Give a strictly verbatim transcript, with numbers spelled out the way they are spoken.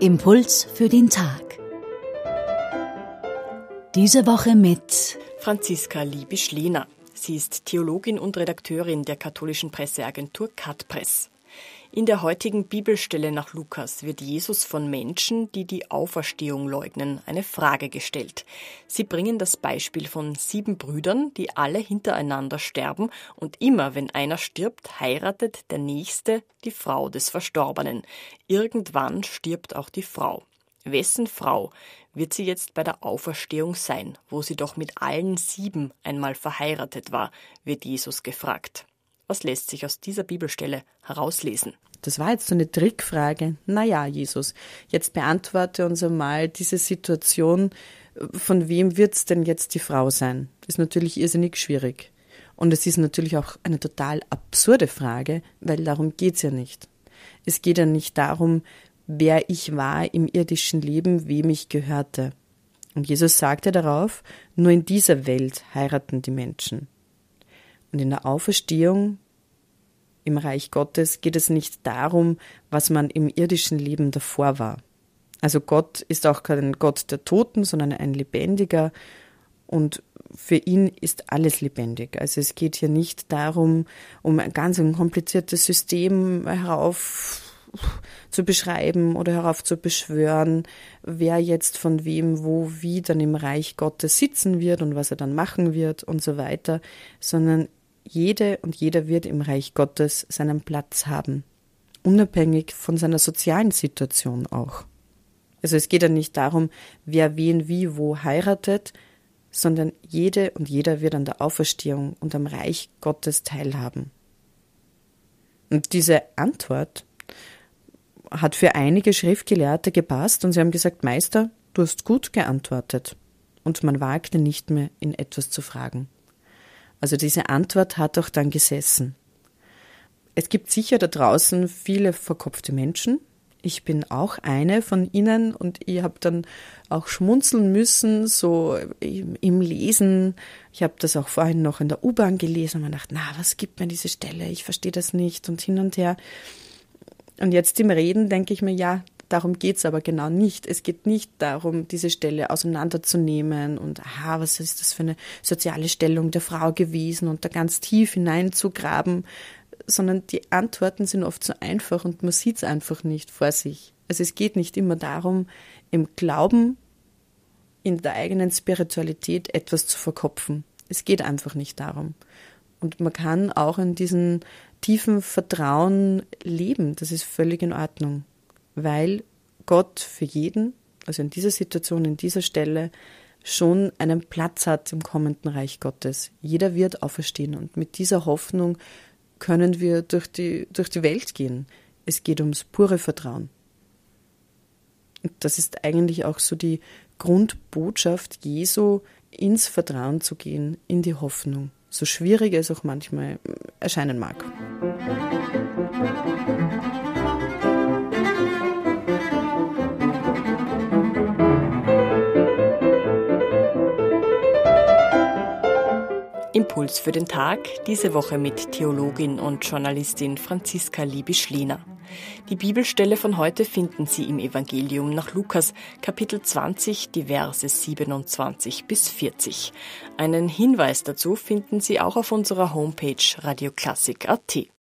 Impuls für den Tag. Diese Woche mit Franziska Liebisch-Lehner. Sie ist Theologin und Redakteurin der katholischen Presseagentur katpress. In der heutigen Bibelstelle nach Lukas wird Jesus von Menschen, die die Auferstehung leugnen, eine Frage gestellt. Sie bringen das Beispiel von sieben Brüdern, die alle hintereinander sterben, und immer, wenn einer stirbt, heiratet der Nächste die Frau des Verstorbenen. Irgendwann stirbt auch die Frau. Wessen Frau wird sie jetzt bei der Auferstehung sein, wo sie doch mit allen sieben einmal verheiratet war, wird Jesus gefragt. Was lässt sich aus dieser Bibelstelle herauslesen? Das war jetzt so eine Trickfrage. Naja, Jesus, jetzt beantworte uns einmal diese Situation. Von wem wird es denn jetzt die Frau sein? Ist natürlich irrsinnig schwierig. Und es ist natürlich auch eine total absurde Frage, weil darum geht es ja nicht. Es geht ja nicht darum, wer ich war im irdischen Leben, wem ich gehörte. Und Jesus sagte darauf, nur in dieser Welt heiraten die Menschen. Und in der Auferstehung im Reich Gottes geht es nicht darum, was man im irdischen Leben davor war. Also Gott ist auch kein Gott der Toten, sondern ein Lebendiger, und für ihn ist alles lebendig. Also es geht hier nicht darum, um ein ganz ein kompliziertes System herauf zu beschreiben oder herauf zu beschwören, wer jetzt von wem, wo, wie dann im Reich Gottes sitzen wird und was er dann machen wird und so weiter, sondern jede und jeder wird im Reich Gottes seinen Platz haben, unabhängig von seiner sozialen Situation auch. Also es geht ja nicht darum, wer wen wie wo heiratet, sondern jede und jeder wird an der Auferstehung und am Reich Gottes teilhaben. Und diese Antwort hat für einige Schriftgelehrte gepasst und sie haben gesagt, Meister, du hast gut geantwortet. Und man wagte nicht mehr, ihn etwas zu fragen. Also diese Antwort hat auch dann gesessen. Es gibt sicher da draußen viele verkopfte Menschen. Ich bin auch eine von ihnen und ich habe dann auch schmunzeln müssen, so im Lesen. Ich habe das auch vorhin noch in der U-Bahn gelesen und man dachte, na, was gibt mir diese Stelle? Ich verstehe das nicht und hin und her. Und jetzt im Reden denke ich mir, ja, darum geht's aber genau nicht. Es geht nicht darum, diese Stelle auseinanderzunehmen und, aha, was ist das für eine soziale Stellung der Frau gewesen und da ganz tief hineinzugraben, sondern die Antworten sind oft so einfach und man sieht's einfach nicht vor sich. Also es geht nicht immer darum, im Glauben, in der eigenen Spiritualität etwas zu verkopfen. Es geht einfach nicht darum. Und man kann auch in diesem tiefen Vertrauen leben. Das ist völlig in Ordnung. Weil Gott für jeden, also in dieser Situation, in dieser Stelle, schon einen Platz hat im kommenden Reich Gottes. Jeder wird auferstehen und mit dieser Hoffnung können wir durch die, durch die Welt gehen. Es geht ums pure Vertrauen. Und das ist eigentlich auch so die Grundbotschaft Jesu, ins Vertrauen zu gehen, in die Hoffnung. So schwierig es auch manchmal erscheinen mag. Impuls für den Tag, diese Woche mit Theologin und Journalistin Franziska Liebisch-Lehner. Die Bibelstelle von heute finden Sie im Evangelium nach Lukas, Kapitel zwanzig, die Verse siebenundzwanzig bis vierzig. Einen Hinweis dazu finden Sie auch auf unserer Homepage radioklassik punkt at.